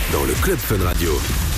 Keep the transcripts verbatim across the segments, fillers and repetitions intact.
dans le Club Fun Radio.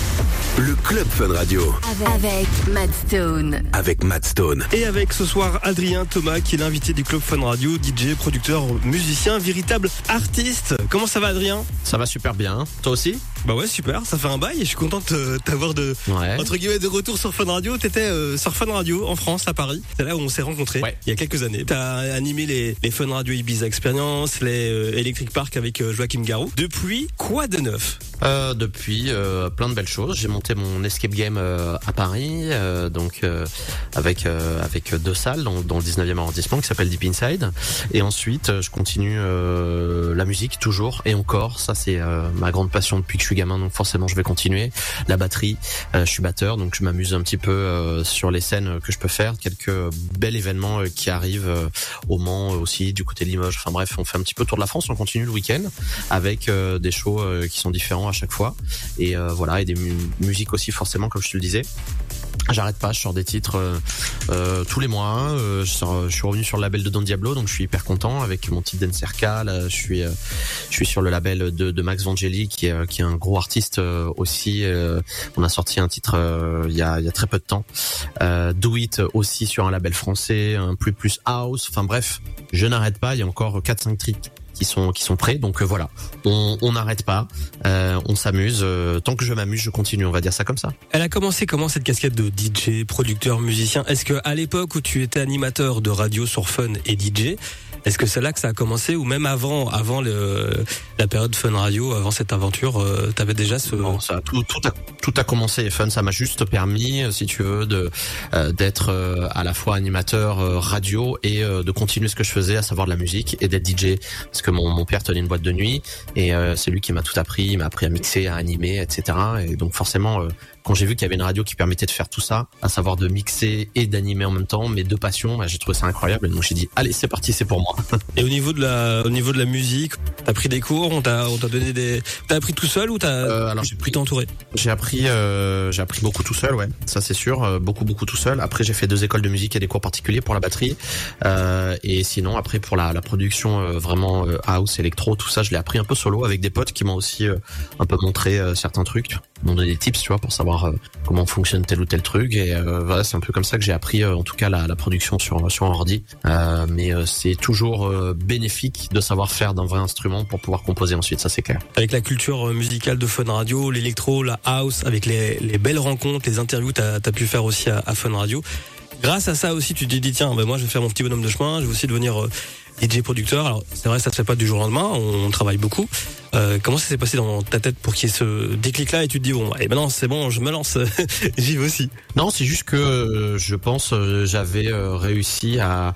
Le Club Fun Radio. Avec Matt Stone. Avec Matt Stone. Et avec ce soir Adrien Thomas qui est l'invité du Club Fun Radio, D J, producteur, musicien, véritable artiste. Comment ça va Adrien ? Ça va super bien. Toi aussi ? Bah ouais, super, ça fait un bail et je suis content de t'avoir de, ouais. entre guillemets, de retour sur Fun Radio. T'étais euh, sur Fun Radio en France, à Paris. C'est là où on s'est rencontrés, ouais. il y a quelques années. T'as animé les, les Fun Radio Ibiza Experience, les euh, Electric Park avec euh, Joachim Garraud. Depuis, quoi de neuf ? euh, Depuis, euh, plein de belles choses. J'ai monté mon escape game euh, à Paris, euh, donc euh, avec euh, avec deux salles dans, dans le dix-neuvième arrondissement qui s'appelle Deep Inside. Et ensuite, euh, je continue euh, la musique toujours et encore. Ça, c'est euh, ma grande passion depuis que je suis gamin, donc forcément, je vais continuer. La batterie, euh, je suis batteur, donc je m'amuse un petit peu euh, sur les scènes que je peux faire. Quelques bels événements euh, qui arrivent euh, au Mans aussi, du côté de Limoges. Enfin bref, on fait un petit peu tour de la France. On continue le week-end avec euh, des shows euh, qui sont différents à chaque fois. Et euh, voilà, et des mu- musiques aussi forcément, comme je te le disais. J'arrête pas, je sors des titres euh, euh, tous les mois. Euh, je, sors, je suis revenu sur le label de Don Diablo, donc je suis hyper content avec mon titre d'Encerca. Là, je suis, euh, je suis sur le label de, de Max Vangeli, qui est, qui est un gros artiste euh, aussi. Euh, on a sorti un titre euh, il y a, il y a très peu de temps. Euh, Do It aussi sur un label français, un plus plus house. Enfin bref, je n'arrête pas. Il y a encore quatre cinq titres qui sont qui sont prêts, donc euh, voilà, on on n'arrête pas, euh, on s'amuse, euh, tant que je m'amuse je continue, on va dire ça comme ça. Elle a commencé comment cette casquette de D J, producteur, musicien ? Est-ce que à l'époque où tu étais animateur de radio sur Fun et D J, est-ce que c'est là que ça a commencé, ou même avant avant le la période Fun Radio, avant cette aventure, euh, t'avais déjà ce... Non, ça tout tout a tout a commencé Fun, ça m'a juste permis, si tu veux, de euh, d'être euh, à la fois animateur euh, radio et euh, de continuer ce que je faisais, à savoir de la musique, et d'être D J, parce que mon mon père tenait une boîte de nuit et euh, c'est lui qui m'a tout appris, il m'a appris à mixer, à animer, et cetera. Et donc forcément, euh, quand j'ai vu qu'il y avait une radio qui permettait de faire tout ça, à savoir de mixer et d'animer en même temps, mes deux passions, bah, j'ai trouvé ça incroyable. Et donc j'ai dit, allez, c'est parti, c'est pour moi. Et au niveau de la, au niveau de la musique, t'as pris des cours, on t'a, on t'a donné des, t'as appris tout seul ou t'as, euh, alors j'ai pris t'entourer? J'ai appris, euh, j'ai appris beaucoup tout seul, ouais, ça c'est sûr, euh, beaucoup beaucoup tout seul. Après j'ai fait deux écoles de musique et des cours particuliers pour la batterie, euh, et sinon après pour la, la production euh, vraiment euh, house, électro, tout ça, je l'ai appris un peu solo avec des potes qui m'ont aussi euh, un peu montré euh, certains trucs, m'ont donné des tips, tu vois, pour savoir euh, comment fonctionne tel ou tel truc. Et euh, voilà, c'est un peu comme ça que j'ai appris, euh, en tout cas, la, la production sur sur un ordi. Euh, mais euh, c'est toujours euh, bénéfique de savoir faire d'un vrai instrument pour pouvoir composer ensuite, ça c'est clair. Avec la culture musicale de Fun Radio, l'électro, la house, avec les, les belles rencontres, les interviews, t'as, t'as pu faire aussi à, à Fun Radio. Grâce à ça aussi, tu t'es dit tiens, ben moi je vais faire mon petit bonhomme de chemin, je vais aussi devenir euh, D J producteur. Alors c'est vrai, ça se fait pas du jour au lendemain, on travaille beaucoup. Euh, comment ça s'est passé dans ta tête pour qu'il y ait ce déclic-là et tu te dis bon, et ben non, c'est bon, je me lance, j'y vais aussi. Non, c'est juste que euh, je pense euh, j'avais euh, réussi à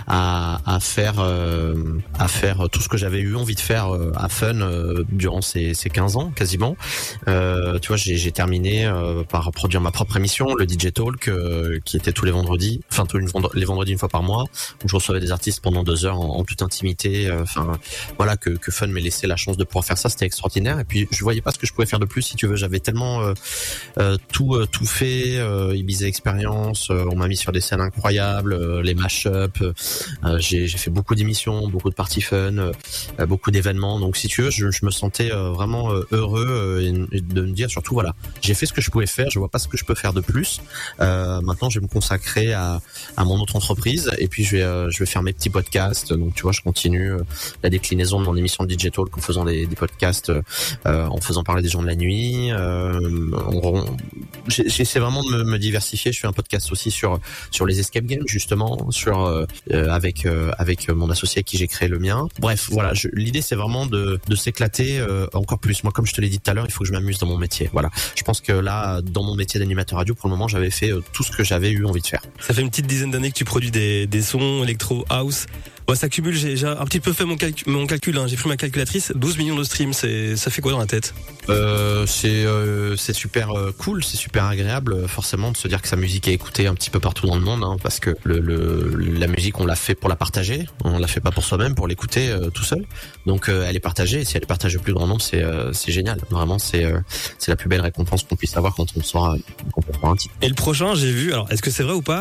à à faire euh, à faire tout ce que j'avais eu envie de faire euh, à Fun euh, durant ces ces quinze ans quasiment. Euh, tu vois, j'ai j'ai terminé euh, par produire ma propre émission, le D J Talk, euh, qui était tous les vendredis, enfin tous les vendredis une fois par mois, où je recevais des artistes pendant deux heures en, en toute intimité. Enfin euh, voilà, que que Fun m'ait laissé la chance de pouvoir faire ça, c'était extraordinaire. Et puis je voyais pas ce que je pouvais faire de plus, si tu veux. J'avais tellement euh, euh, tout euh, tout fait, euh, Ibiza Experience, euh, on m'a mis sur des scènes incroyables, euh, les mash-up, euh, j'ai j'ai fait beaucoup d'émissions, beaucoup de parties fun, euh, beaucoup d'événements. Donc si tu veux, je, je me sentais euh, vraiment euh, heureux euh, et de me dire surtout voilà, j'ai fait ce que je pouvais faire, je vois pas ce que je peux faire de plus. Euh, maintenant, je vais me consacrer à à mon autre entreprise et puis je vais euh, je vais faire mes petits podcasts. Donc tu vois, je continue euh, la déclinaison de mon émission de D J Talk en faisant des, des podcasts, euh, en faisant parler des gens de la nuit. Euh, on, on, j'essaie vraiment de me, me diversifier. Je fais un podcast aussi sur sur les escape games justement, sur euh, avec euh, avec mon associé avec qui j'ai créé le mien. Bref, voilà. Je, l'idée c'est vraiment de de s'éclater euh, encore plus. Moi, comme je te l'ai dit tout à l'heure, il faut que je m'amuse dans mon métier. Voilà. Je pense que là, dans mon métier d'animateur radio, pour le moment, j'avais fait euh, tout ce que j'avais eu envie de faire. Ça fait une petite dizaine d'années que tu produis des des sons électro house. Ouais, ça cumule, j'ai, j'ai un petit peu fait mon calcul, mon calcul hein. J'ai pris ma calculatrice, douze millions de streams, c'est, ça fait quoi dans la tête? Euh, c'est, euh, c'est super euh, cool, c'est super agréable, forcément, de se dire que sa musique est écoutée un petit peu partout dans le monde, hein, parce que le, le, la musique, on l'a fait pour la partager, on l'a fait pas pour soi-même, pour l'écouter euh, tout seul. Donc, euh, elle est partagée, et si elle est partagée au plus grand nombre, c'est, euh, c'est génial. Vraiment, c'est, euh, c'est la plus belle récompense qu'on puisse avoir quand on sort, euh, quand on sort un titre. Et le prochain, j'ai vu, alors, est-ce que c'est vrai ou pas?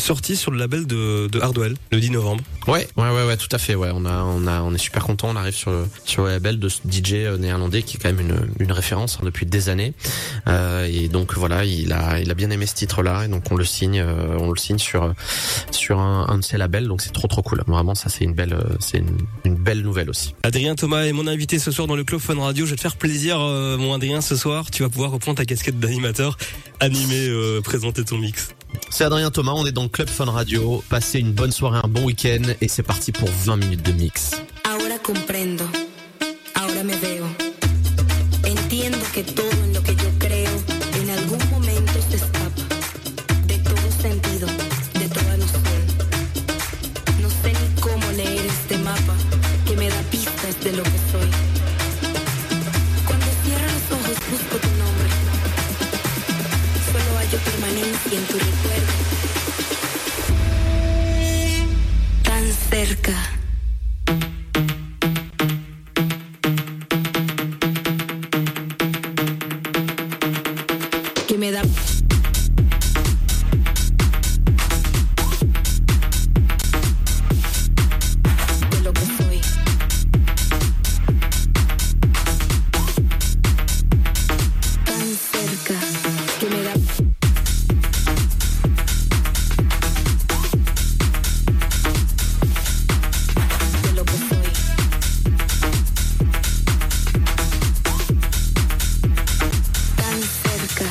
sorti sur le label de, de Hardwell le dix novembre. Ouais, ouais, ouais, ouais, tout à fait. Ouais, on a, on a, on est super content. On arrive sur le, sur le label de ce D J néerlandais qui est quand même une, une référence hein, depuis des années. Euh, et donc voilà, il a, il a bien aimé ce titre-là, et donc on le signe, euh, on le signe sur, sur un, un de ses labels. Donc c'est trop, trop cool. Vraiment, ça c'est une belle, c'est une, une belle nouvelle aussi. Adrien Thomas est mon invité ce soir dans le Club Fun Radio. Je vais te faire plaisir, euh, mon Adrien, ce soir. Tu vas pouvoir reprendre ta casquette d'animateur, animer, euh, présenter ton mix. C'est Adrien Thomas, on est dans le Club Fun Radio. Passez une bonne soirée, un bon week-end, et c'est parti pour vingt minutes de mix. Ahora comprendo, ahora me veo. Entiendo que todo en lo que yo creo en algún momento se escapa de todo sentido, de toda noción. No sé ni cómo leer este mapa que me da pistas de lo que soy. Cuando cierro los ojos busco tu nombre. Solo hallo permanencia en tu recuerdo. Tan cerca. Que me da de lo que soy. Tan cerca que me da de lo que soy. Tan cerca.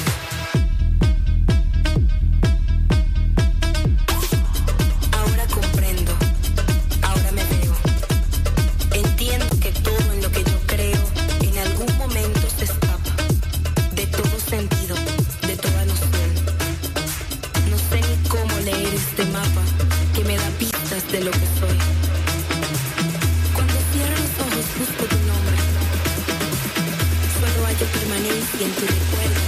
Ahora comprendo, ahora me veo. Entiendo que todo en lo que yo creo en algún momento se escapa de todo sentido, de toda noción. No sé ni cómo leer este mapa que me da pistas de lo que soy. Cuando cierro los ojos busco tu nombre. Solo hallo permanencia en tu recuerdo.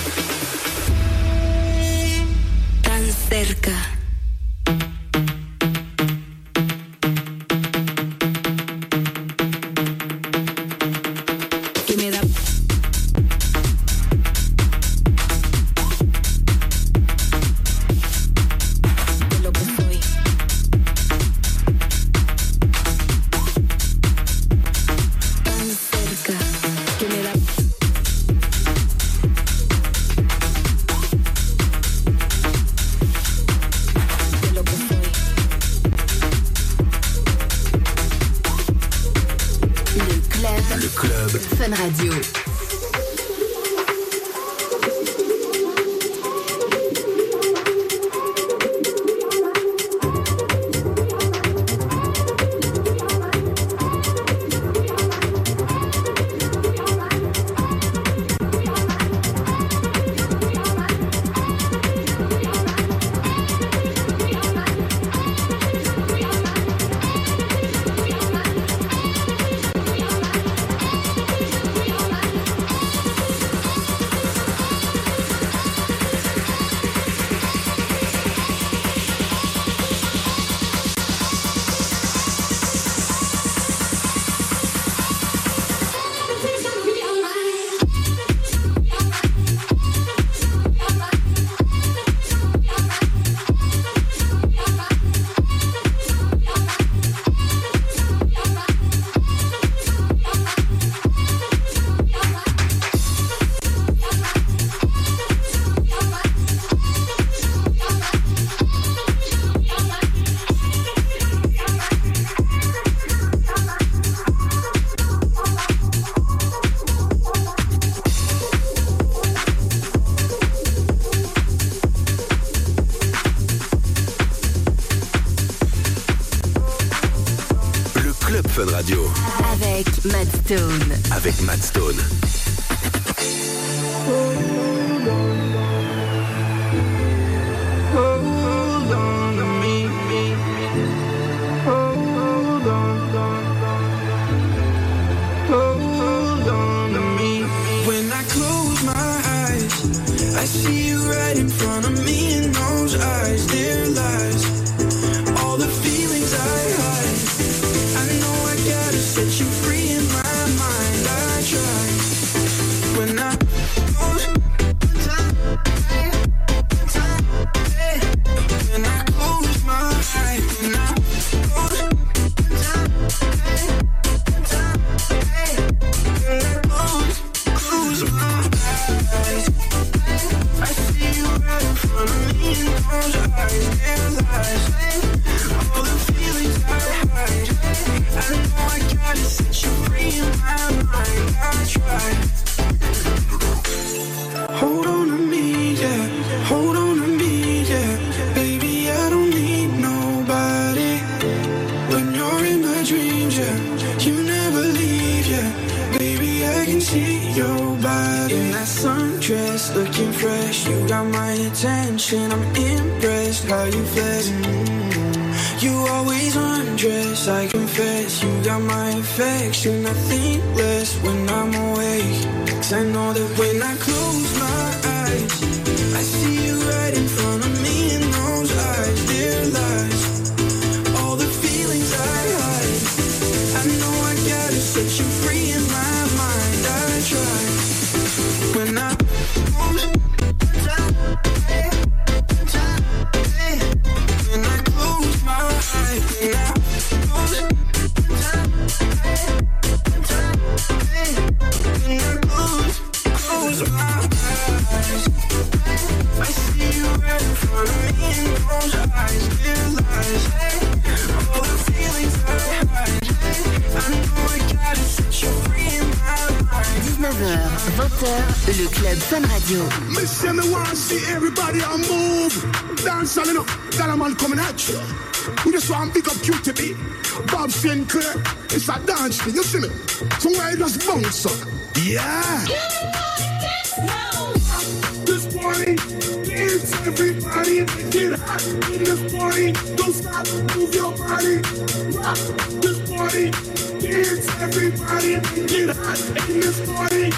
Tan cerca. Que me da de lo que soy. Tan cerca que me da de lo que soy. Le club, Le club Fun Radio. Le Club Fun Radio Avec Matt Stone. avec Matt Stone. Hold on to me. Hold on. Hold on to me. When I close my eyes, I see you right in front of me in those eyes. They're lies. All the feelings I hide. I know I gotta set you free in my mind. I try. When I close know I gotta set you free in my mind. I try. Hold on to me, yeah. Hold on to me, yeah. Baby, I don't need nobody. When you're in my dreams, yeah. You never leave, yeah. Baby, I can see your body. In that sundress, looking fresh. You got my attention, I'm impressed how you flex. Mm-hmm. You always undress, I confess. You got my affection, I think less when I'm awake. 'Cause I know that when I close my eyes, I see you right in front of me in those eyes. They're lies, all the feelings I hide. I know I gotta set you free in my mind. I try. When I close, when I close my eyes, when I close, when I close, close my eyes, I see you right in front of me in those eyes. They're lies, all the feelings I hide. I know I gotta set you free in my mind. dix-neuf heures, vingt heures, le Club Fun Radio. Me say me want to see everybody on move. Dance on enough, that a man coming at you. We just want to pick up Q T B. Bob Sinclair, it's a dance thing, you see me? Somewhere you just bounce up. Yeah. This party, dance everybody, get hot in this party. Don't stop, move your body. Rock this party, dance everybody, get hot in this party.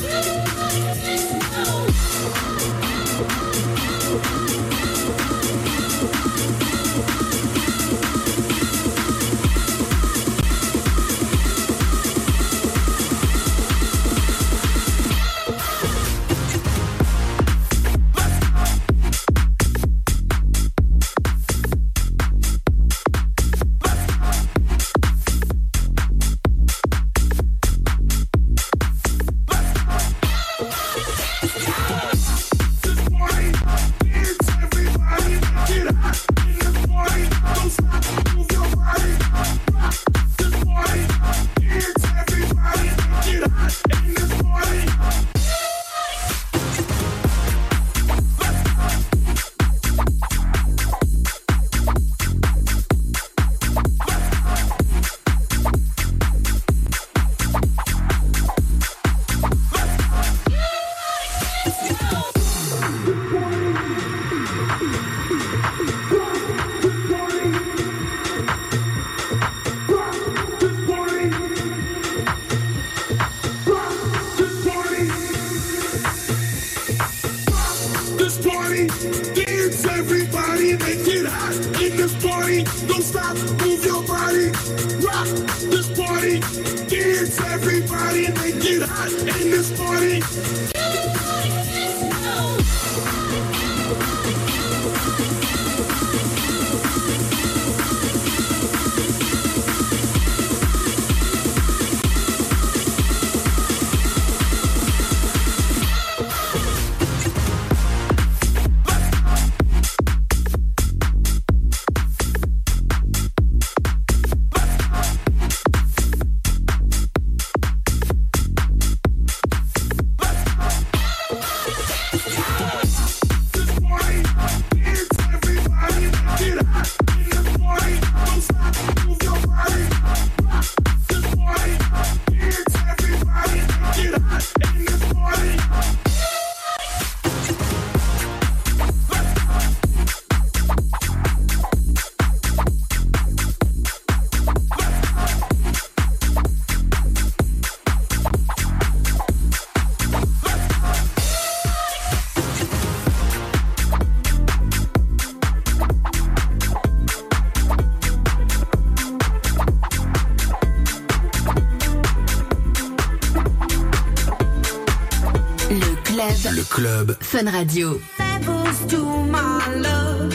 Le club Fun Radio. Levels to my love.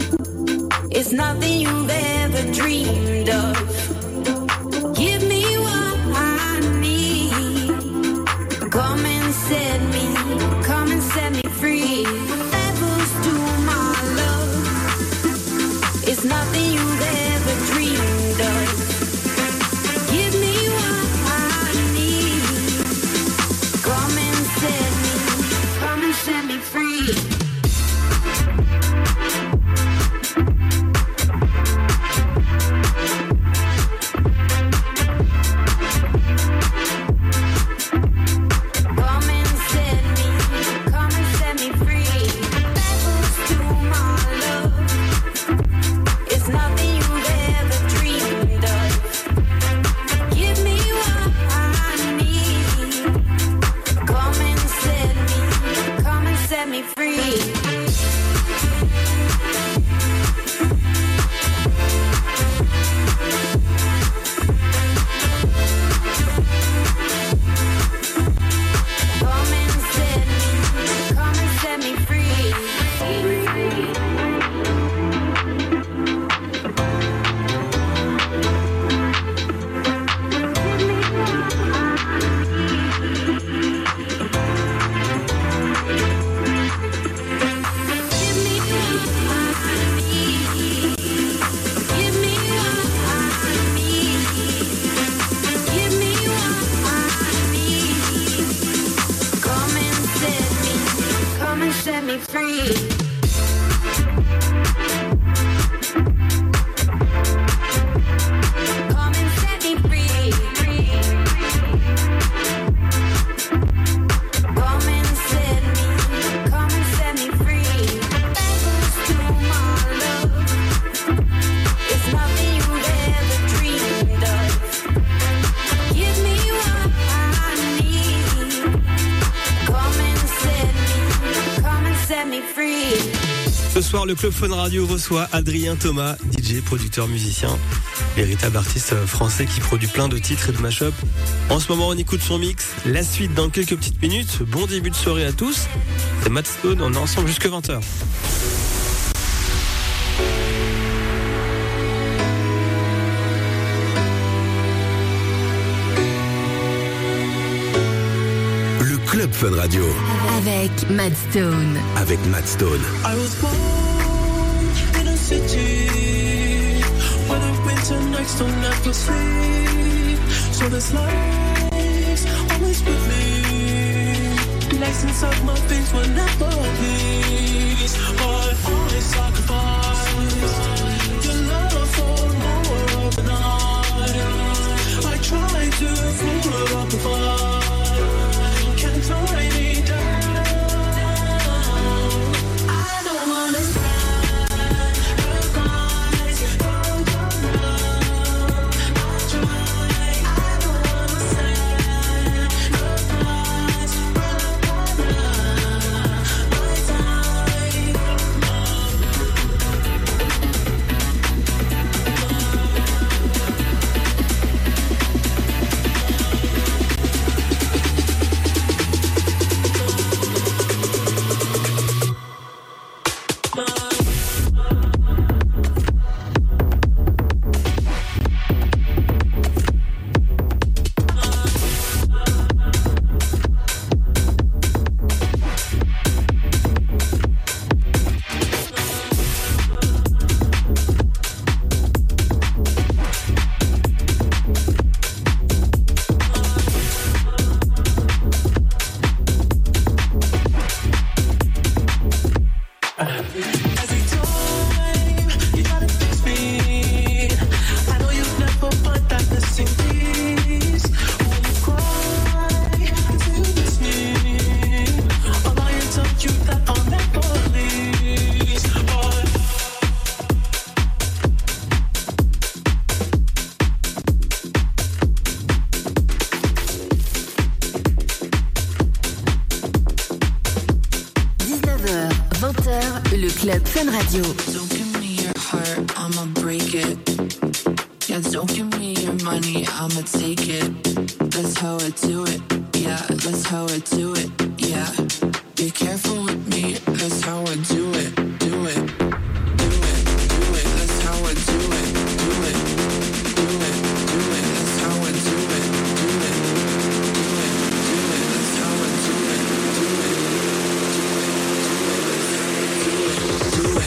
It's nothing you've ever dreamed of. Give me what I need. Come and set me, come and set me free. Levels to my love. It's nothing you've ever dreamed of. Come and set me free. Come and set me, come and set me free. Thanks to my love, it's nothing you've ever dreamed of. Give me what I need. Come and set me, come and set me free. Ce soir, le Club Fun Radio reçoit Adrien Thomas, D J, producteur, musicien, véritable artiste français qui produit plein de titres et de mash-up. En ce moment, on écoute son mix. La suite dans quelques petites minutes. Bon début de soirée à tous. C'est Matt Stone, on est ensemble jusqu'à vingt heures. Le Club Fun Radio Avec Matt Stone. avec Matt Stone. I was born in a city where the winter nights don't ever sleep. So this life's always with me. Nights inside my veins will never please. But I sacrifice your love for more of the night. I try to fool up the fire. Can't tie me down. I don't wanna sacrifice for your love. I try. I don't wanna sacrifice for my time. Every time you try to fix me, I know you've never find that missing piece. When you cry until you miss me, all I told you that I'll never leave. But dix-neuf heures, vingt heures, le Club Fun Radio. Don't give me your heart, I'ma break it. Yeah, don't give me your money, I'ma take it. That's how I do it. Yeah, that's how I do it. Yeah, be careful with me. That's how I do it. Do it. Do it. Do it. That's how I do it. Do it. Do it. Do it. That's how I do it. Do it. Do it. Do it. That's how I do it. Do it. Do it. Do it.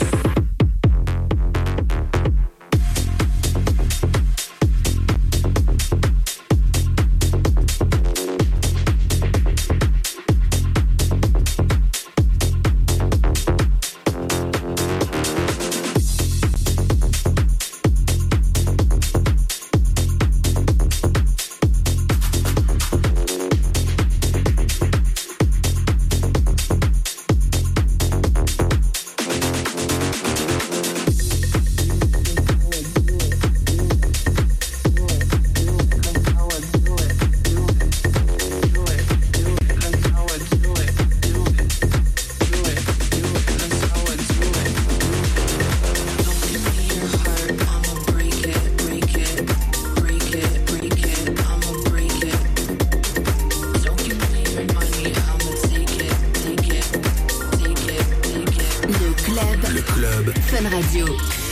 Fun Radio.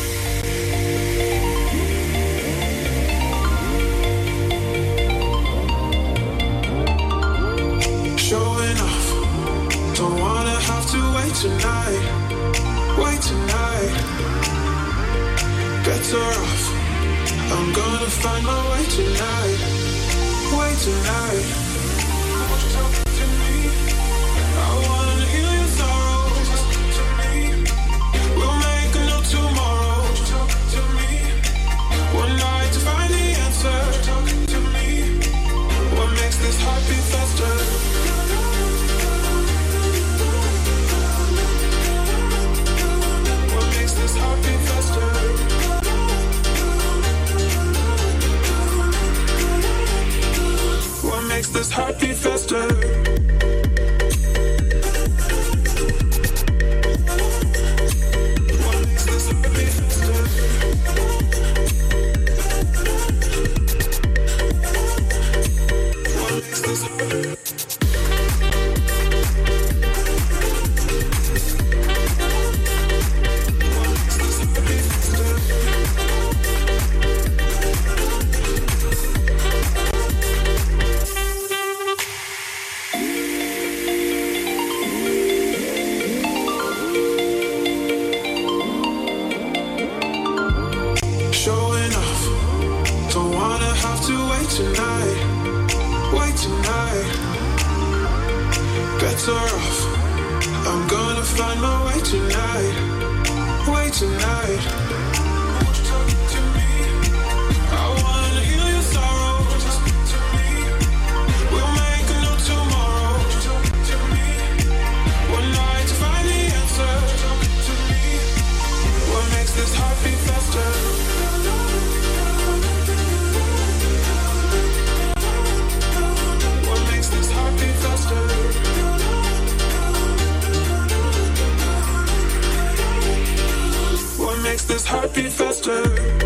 Showing off, don't wanna have to wait tonight, wait tonight. Better off, I'm gonna find my way tonight, way tonight. Won't you talk to me? I wanna heal your sorrows. makes this heart beat faster? What makes this heart beat faster? What makes this heart? Tonight, wait tonight, bets are off. I'm gonna find my way tonight, way tonight. Won't you talk to me? I wanna heal your sorrow. Talk to me. We'll make a new tomorrow. Talk to me. One night to find the answer. Talk to me. What makes this heart beat faster? What makes this heart beat faster?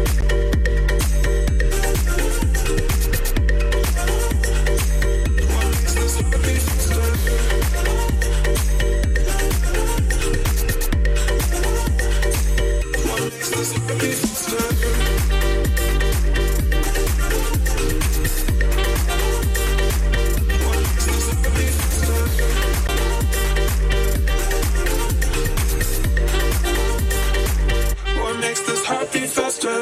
What makes this heart beat faster? What makes this heart beat faster? Heartbeat faster.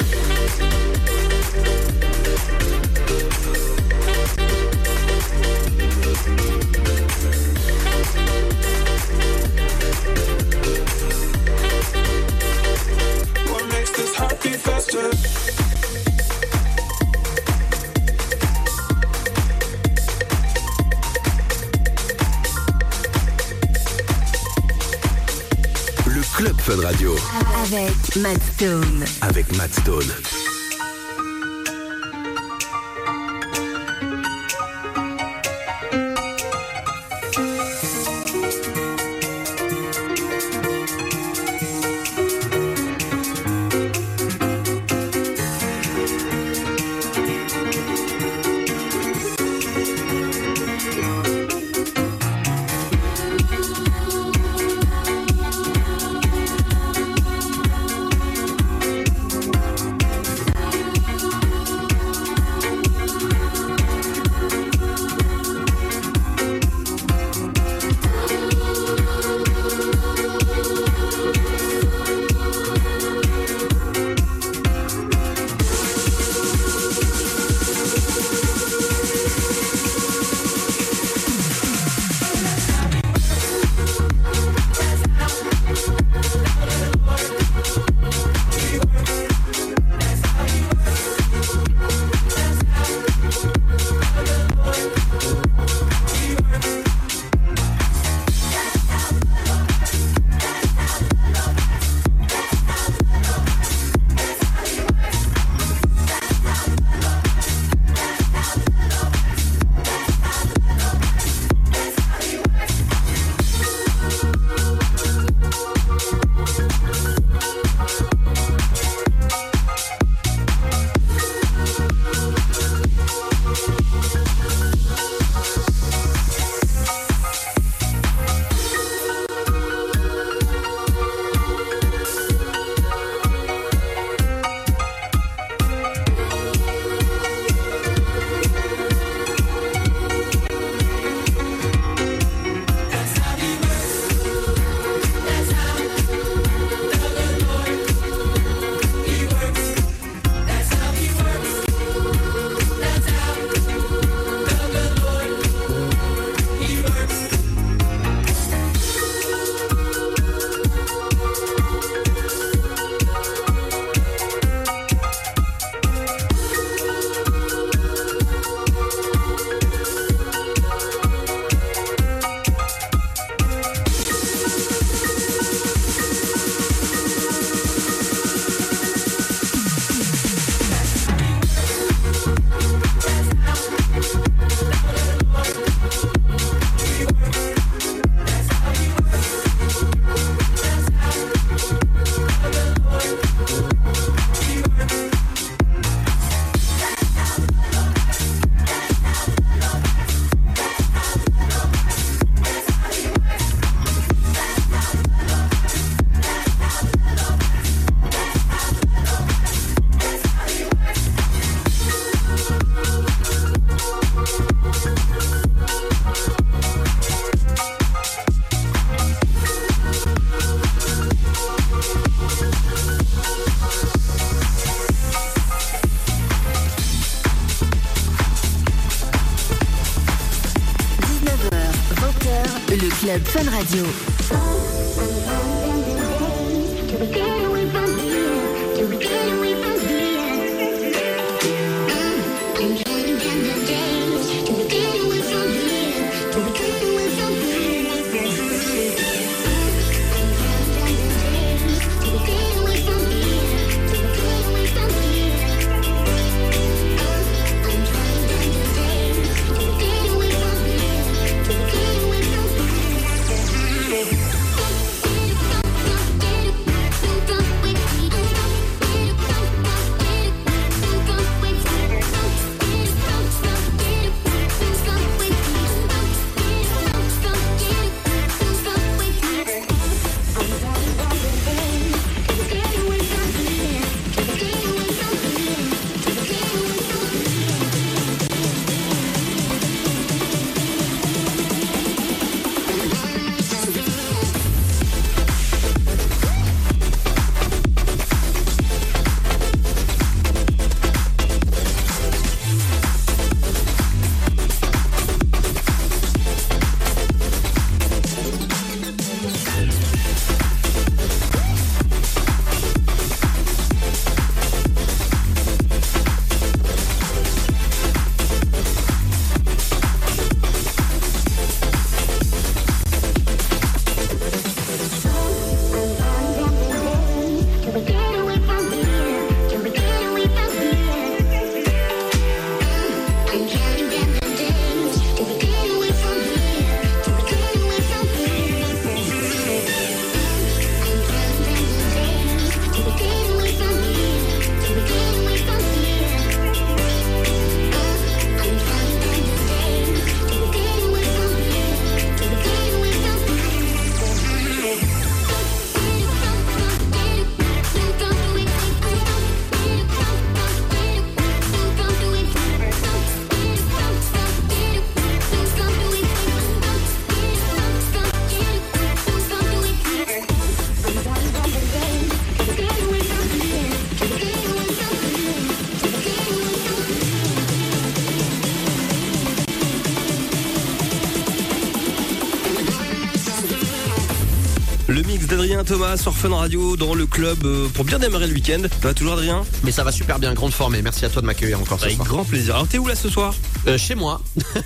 What makes this heartbeat faster? Le Club Fun Radio. Avec Matt Stone. Avec Matt Stone. Le Club Fun Radio. Le mix d'Adrien Thomas sur Fun Radio dans le club euh, pour bien démarrer le week-end. Ça va toujours, Adrien? Mais ça va super bien, grande forme, et merci à toi de m'accueillir encore ce Avec soir. grand plaisir. Alors t'es où là ce soir? Euh, chez moi.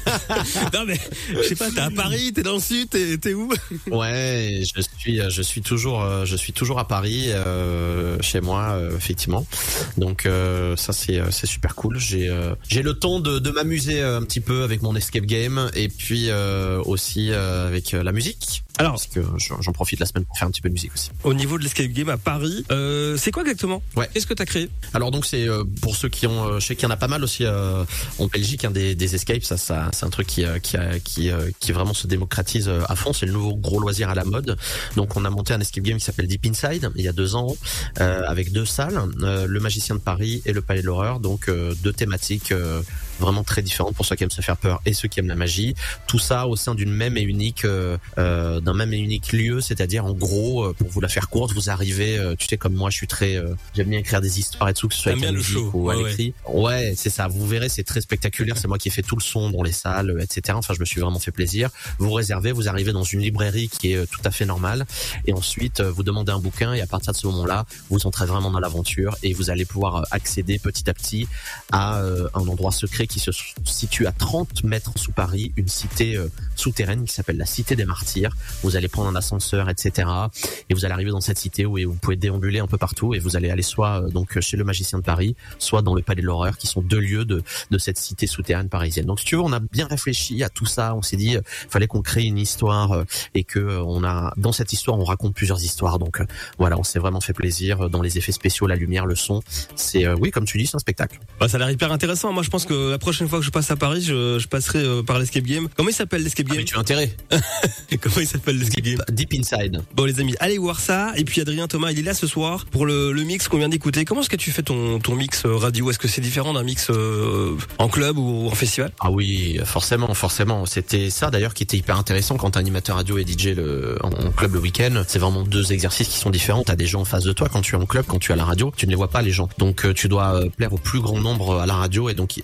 Non mais je sais pas, t'es à Paris, t'es dans le sud, t'es, t'es où? Ouais, je suis, je suis toujours, euh, je suis toujours à Paris, euh, chez moi, euh, effectivement. Donc euh, ça c'est, c'est super cool. J'ai, euh, j'ai le temps de, de m'amuser un petit peu avec mon escape game et puis euh, aussi euh, avec la musique. Alors, parce que j'en profite la semaine pour faire un petit peu de musique aussi. Au niveau de l'escape game à Paris, euh, c'est quoi exactement? Ouais. Qu'est-ce que t'as créé? Alors donc c'est euh, pour ceux qui ont, euh, je sais qu'il y en a pas mal aussi euh, en Belgique, hein, des, des escapes. Ça, ça, c'est un truc qui, euh, qui, euh, qui, euh, qui vraiment se démocratise euh, à fond. C'est le nouveau gros loisir à la mode. Donc on a monté un escape game qui s'appelle Deep Inside il y a deux ans, euh, avec deux salles, euh, le Magicien de Paris et le Palais de l'Horreur. Donc euh, deux thématiques euh, vraiment très différentes pour ceux qui aiment se faire peur et ceux qui aiment la magie. Tout ça au sein d'une même et unique, euh, euh, d'un même et unique lieu. C'est-à-dire en gros, euh, pour vous la faire courte, vous arrivez, euh, tu sais comme moi, je suis très, euh, j'aime bien écrire des histoires et tout, que ce soit avec la musique ou ouais, à l'écrit. Ouais, ouais c'est ça. Vous verrez, c'est très spectaculaire. C'est moi qui ai fait tout le son dans les salles, et cetera. Enfin, je me suis vraiment fait plaisir. Vous réservez, vous arrivez dans une librairie qui est euh, tout à fait normale, et ensuite euh, vous demandez un bouquin, et à partir de ce moment-là, vous entrez vraiment dans l'aventure et vous allez pouvoir euh, accéder petit à petit à euh, un endroit secret qui se situe à trente mètres sous Paris, une cité euh, souterraine qui s'appelle la Cité des Martyrs. Vous allez prendre un ascenseur, et cetera. Et vous allez arriver dans cette cité où vous pouvez déambuler un peu partout, et vous allez aller soit euh, donc chez le Magicien de Paris, soit dans le Palais de l'Horreur, qui sont deux lieux de de cette cité souterraine parisienne. Donc si tu veux, on a bien réfléchi à tout ça. On s'est dit, euh, fallait qu'on crée une histoire euh, et que euh, on a dans cette histoire, on raconte plusieurs histoires. Donc euh, voilà, on s'est vraiment fait plaisir dans les effets spéciaux, la lumière, le son. C'est euh, oui, comme tu dis, c'est un spectacle. Bah, ça a l'air hyper intéressant. Moi, je pense que la prochaine fois que je passe à Paris, je, je passerai euh, par l'escape game. Comment il s'appelle l'escape game? Ah, mais tu as intérêt. Comment il s'appelle l'escape game? Deep Inside. Bon les amis, allez voir ça. Et puis Adrien Thomas, il est là ce soir pour le, le mix qu'on vient d'écouter. Comment est-ce que tu fais ton, ton mix radio? Est-ce que c'est différent d'un mix euh, en club ou en festival? Ah oui, forcément, forcément. C'était ça d'ailleurs qui était hyper intéressant quand t'es animateur radio et D J le, en, en club le week-end. C'est vraiment deux exercices qui sont différents. T'as des gens en face de toi quand tu es en club, quand tu es à la radio, tu ne les vois pas les gens. Donc euh, tu dois euh, plaire au plus grand nombre à la radio et donc être euh,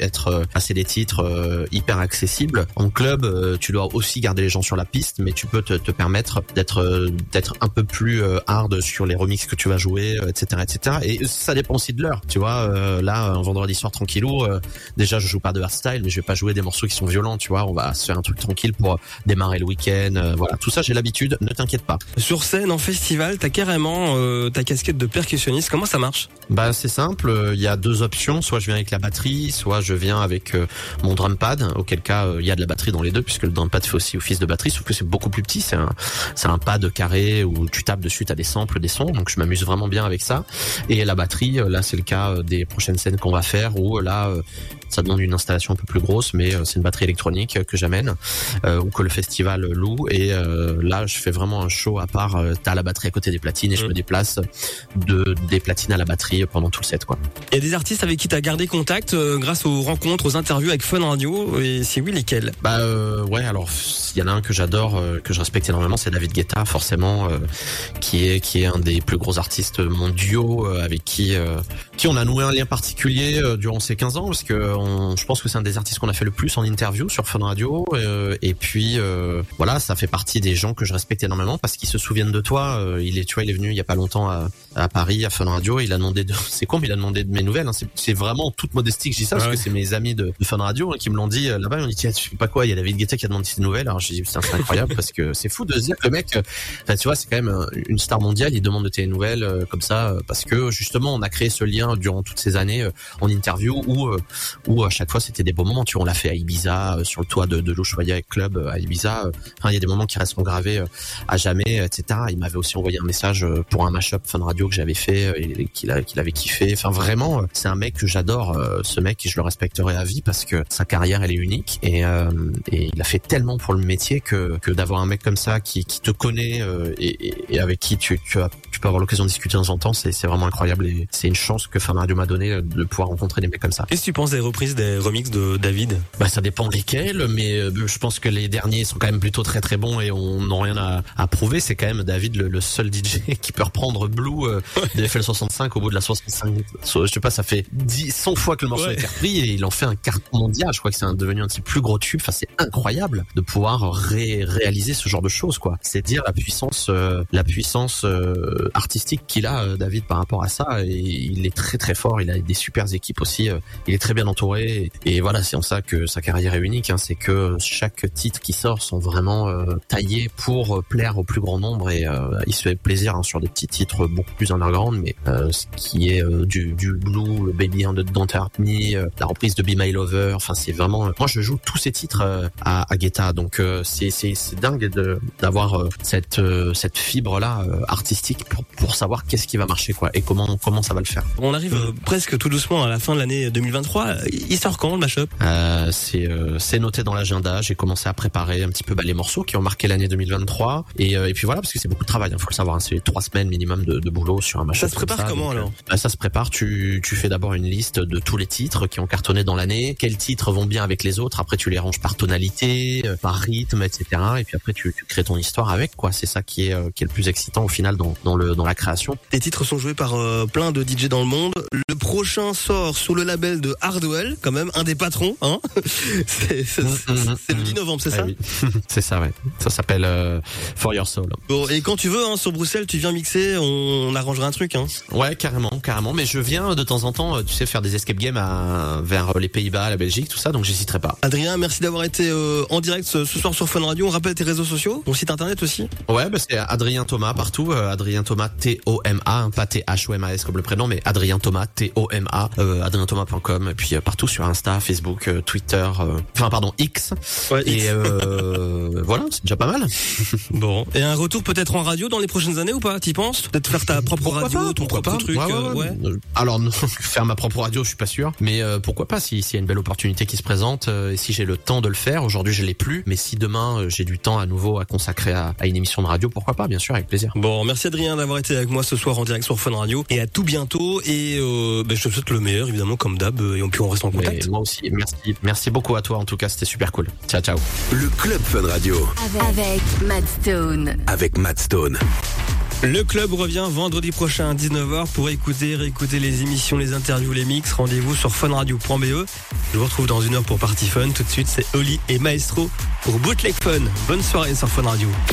passer des titres euh, hyper accessibles. En club, euh, tu dois aussi garder les gens sur la piste, mais tu peux te, te permettre d'être euh, d'être un peu plus euh, hard sur les remixes que tu vas jouer, euh, et cetera, et cetera. Et ça dépend aussi de l'heure, tu vois. Euh, là, un vendredi soir tranquillou, euh, déjà je joue pas de hardstyle, mais je vais pas jouer des morceaux qui sont violents, tu vois. On va se faire un truc tranquille pour démarrer le week-end. Euh, voilà, tout ça j'ai l'habitude. Ne t'inquiète pas. Sur scène, en festival, t'as carrément euh, ta casquette de percussionniste. Comment ça marche? Bah c'est simple. Il y a deux options. Soit je viens avec la batterie, soit je viens avec euh, mon drum pad. Auquel cas, il euh, y a de la batterie dans les deux, puisque le drum pad fait aussi office de batterie, sauf que c'est beaucoup plus petit. C'est un c'est un pad carré où tu tapes dessus, t'as des samples, des sons. Donc je m'amuse vraiment bien avec ça. Et la batterie, là c'est le cas des prochaines scènes qu'on va faire, où là euh, ça demande une installation un peu plus grosse, mais euh, c'est une batterie électronique que j'amène euh, ou que le festival loue. Et euh, là je fais vraiment un show à part. Euh, t'as la batterie à côté des platines et je me déplace de des platines à la batterie pendant tout le set, quoi. Il y a des artistes avec qui t'as gardé contact euh, grâce aux rencontres, aux interviews avec Fun Radio, et si oui, lesquels? Bah euh, ouais, alors il y en a un que j'adore, euh, que je respecte énormément, c'est David Guetta, forcément, euh, qui est qui est un des plus gros artistes mondiaux, euh, avec qui euh, qui on a noué un lien particulier euh, durant ces quinze ans, parce que on, je pense que c'est un des artistes qu'on a fait le plus en interview sur Fun Radio, euh, et puis euh, voilà, ça fait partie des gens que je respecte énormément parce qu'ils se souviennent de toi. Euh, il est, tu vois, il est venu il y a pas longtemps à, à Paris, à Fun Radio, il a demandé de, c'est con, mais il a demandé de mes nouvelles. Hein. C'est, c'est vraiment en toute modestie que je dis ça, ouais, parce que c'est mes amis de, de Fun Radio hein, qui me l'ont dit euh, là-bas. On dit tiens, tu sais pas quoi, il y a David Guetta qui a demandé ses nouvelles. Alors j'ai dit c'est incroyable parce que c'est fou de se dire que le mec, enfin, tu vois, c'est quand même une star mondiale, il demande de tes nouvelles euh, comme ça euh, parce que justement on a créé ce lien durant toutes ces années euh, en interview où euh, où à chaque fois c'était des beaux moments. Tu vois, on l'a fait à Ibiza, euh, sur le toit de, de l'Ushuaïa Club euh, à Ibiza. Euh, enfin, il y a des moments qui resteront gravés euh, à jamais, et cetera. Il m'avait aussi envoyé un message euh, pour un mashup Fun Radio que j'avais fait euh, et qu'il a, qu'il avait kiffé. Enfin, vraiment, euh, c'est un mec que j'adore. Euh, ce mec, et je le respecterai à vie parce que sa carrière, elle est unique et, euh, et il a fait tellement pour le métier que, que d'avoir un mec comme ça qui, qui te connaît euh, et, et, et avec qui tu, tu, as, tu peux avoir l'occasion de discuter de temps en temps, c'est, c'est vraiment incroyable et c'est une chance que Fun Radio m'a donné de pouvoir rencontrer des mecs comme ça. Qu'est-ce que tu penses des reprises, des remixes de David? Bah, ça dépend lesquels, mais euh, je pense que les derniers sont quand même plutôt très très bons et on n'a rien à, à prouver. C'est quand même David le, le seul D J qui peut reprendre Blue euh, de F L soixante-cinq au bout de la soixante-cinq. Je sais pas, ça fait dix, cent fois que le morceau ouais. a été repris et il en fait un carton mondial. Je crois que c'est un, devenu un de ses plus gros tubes. Enfin, c'est incroyable de pouvoir ré- réaliser ce genre de choses, quoi. C'est dire la puissance, euh, la puissance euh, artistique qu'il a, euh, David, par rapport à ça. Et il est très très fort. Il a des super équipes aussi. Euh, il est très bien entouré. Et, et voilà, c'est en ça que sa carrière est unique. Hein, c'est que chaque titre qui sort sont vraiment euh, taillés pour euh, plaire au plus grand nombre. Et euh, il se fait plaisir hein, sur des petits titres beaucoup plus underground, mais euh, ce qui est euh, du, du Blue, le Baby Don't Hurt Me, euh, la reprise de Be My Lover. Enfin, c'est vraiment. Euh, moi, je joue tous ces titres euh, à, à Guetta, donc euh, c'est c'est c'est dingue de d'avoir euh, cette euh, cette fibre là euh, artistique pour pour savoir qu'est-ce qui va marcher, quoi, et comment comment ça va le faire. On arrive euh, presque tout doucement à la fin de l'année deux mille vingt-trois. Il sort quand le mashup? euh, C'est euh, c'est noté dans l'agenda. J'ai commencé à préparer un petit peu bah, les morceaux qui ont marqué l'année deux mille vingt-trois et euh, et puis voilà, parce que c'est beaucoup de travail. Il hein, faut le savoir. Hein, c'est trois semaines minimum de, de boulot sur un mashup. Ça se prépare ça, comment donc, alors? Bah, ça se prépare. Tu tu fais d'abord une liste de tous les titres qui ont cartonné dans l'année. Quels titres vont bien avec les autres? Après, tu les ranges par tonalité, par rythme, et cetera. Et puis après, tu, tu crées ton histoire avec, quoi. C'est ça qui est euh, qui est le plus excitant au final dans dans le dans la création. Tes titres sont joués par euh, plein de D J dans le monde. Le prochain sort sous le label de Hardwell, quand même un des patrons, hein. c'est, c'est, c'est, c'est le dix novembre, c'est ah, ça? Oui. C'est ça, ouais. Ça s'appelle euh, For Your Soul. Bon, et quand tu veux, hein, sur Bruxelles, tu viens mixer, on, on arrangera un truc, hein. Ouais, carrément, carrément. Mais je viens de temps en temps, tu sais, faire des escape games à, vers les Pays-Bas, la Belgique, tout ça, donc j'hésiterai pas. Adrien, merci d'avoir été euh, en direct ce, ce soir sur Fun Radio. On rappelle tes réseaux sociaux, ton site internet aussi. Ouais, bah c'est Adrien Thomas partout. Euh, Adrien Thomas T O M A, hein, pas T H O M A S comme le prénom, mais Adrien Thomas T O M A, euh, adrien thomas point com, et puis euh, partout sur Insta, Facebook, euh, Twitter, euh, enfin pardon X. Ouais, et X. Euh, voilà, c'est déjà pas mal. Bon, et un retour peut-être en radio dans les prochaines années ou pas? T'y penses? Peut-être faire ta propre pourquoi radio, pas, ton propre pas. truc. Ouais, ouais, euh, ouais. ouais. Alors non, faire ma propre radio, je suis pas sûr, mais euh, pourquoi pas si s'il y a une belle opportunité qui se présente euh, et si j'ai le temps de le faire. Aujourd'hui, je l'ai plus, mais si demain euh, j'ai du temps à nouveau à consacrer à, à une émission de radio, pourquoi pas, bien sûr, avec plaisir. Bon, merci Adrien d'avoir été avec moi ce soir en direct sur Fun Radio et à tout bientôt et euh, ben, je te souhaite le meilleur évidemment comme d'hab et on peut en rester en contact. Mais moi aussi, merci, merci beaucoup à toi en tout cas, c'était super cool. Ciao ciao. Le Club Fun Radio Avec, avec Matt Stone. avec Matt Stone. Le club revient vendredi prochain à dix-neuf heures pour écouter, réécouter les émissions, les interviews, les mix. Rendez-vous sur funradio point be. Je vous retrouve dans une heure pour Party Fun. Tout de suite, c'est Oli et Maestro pour Bootleg Fun. Bonne soirée sur Fun Radio.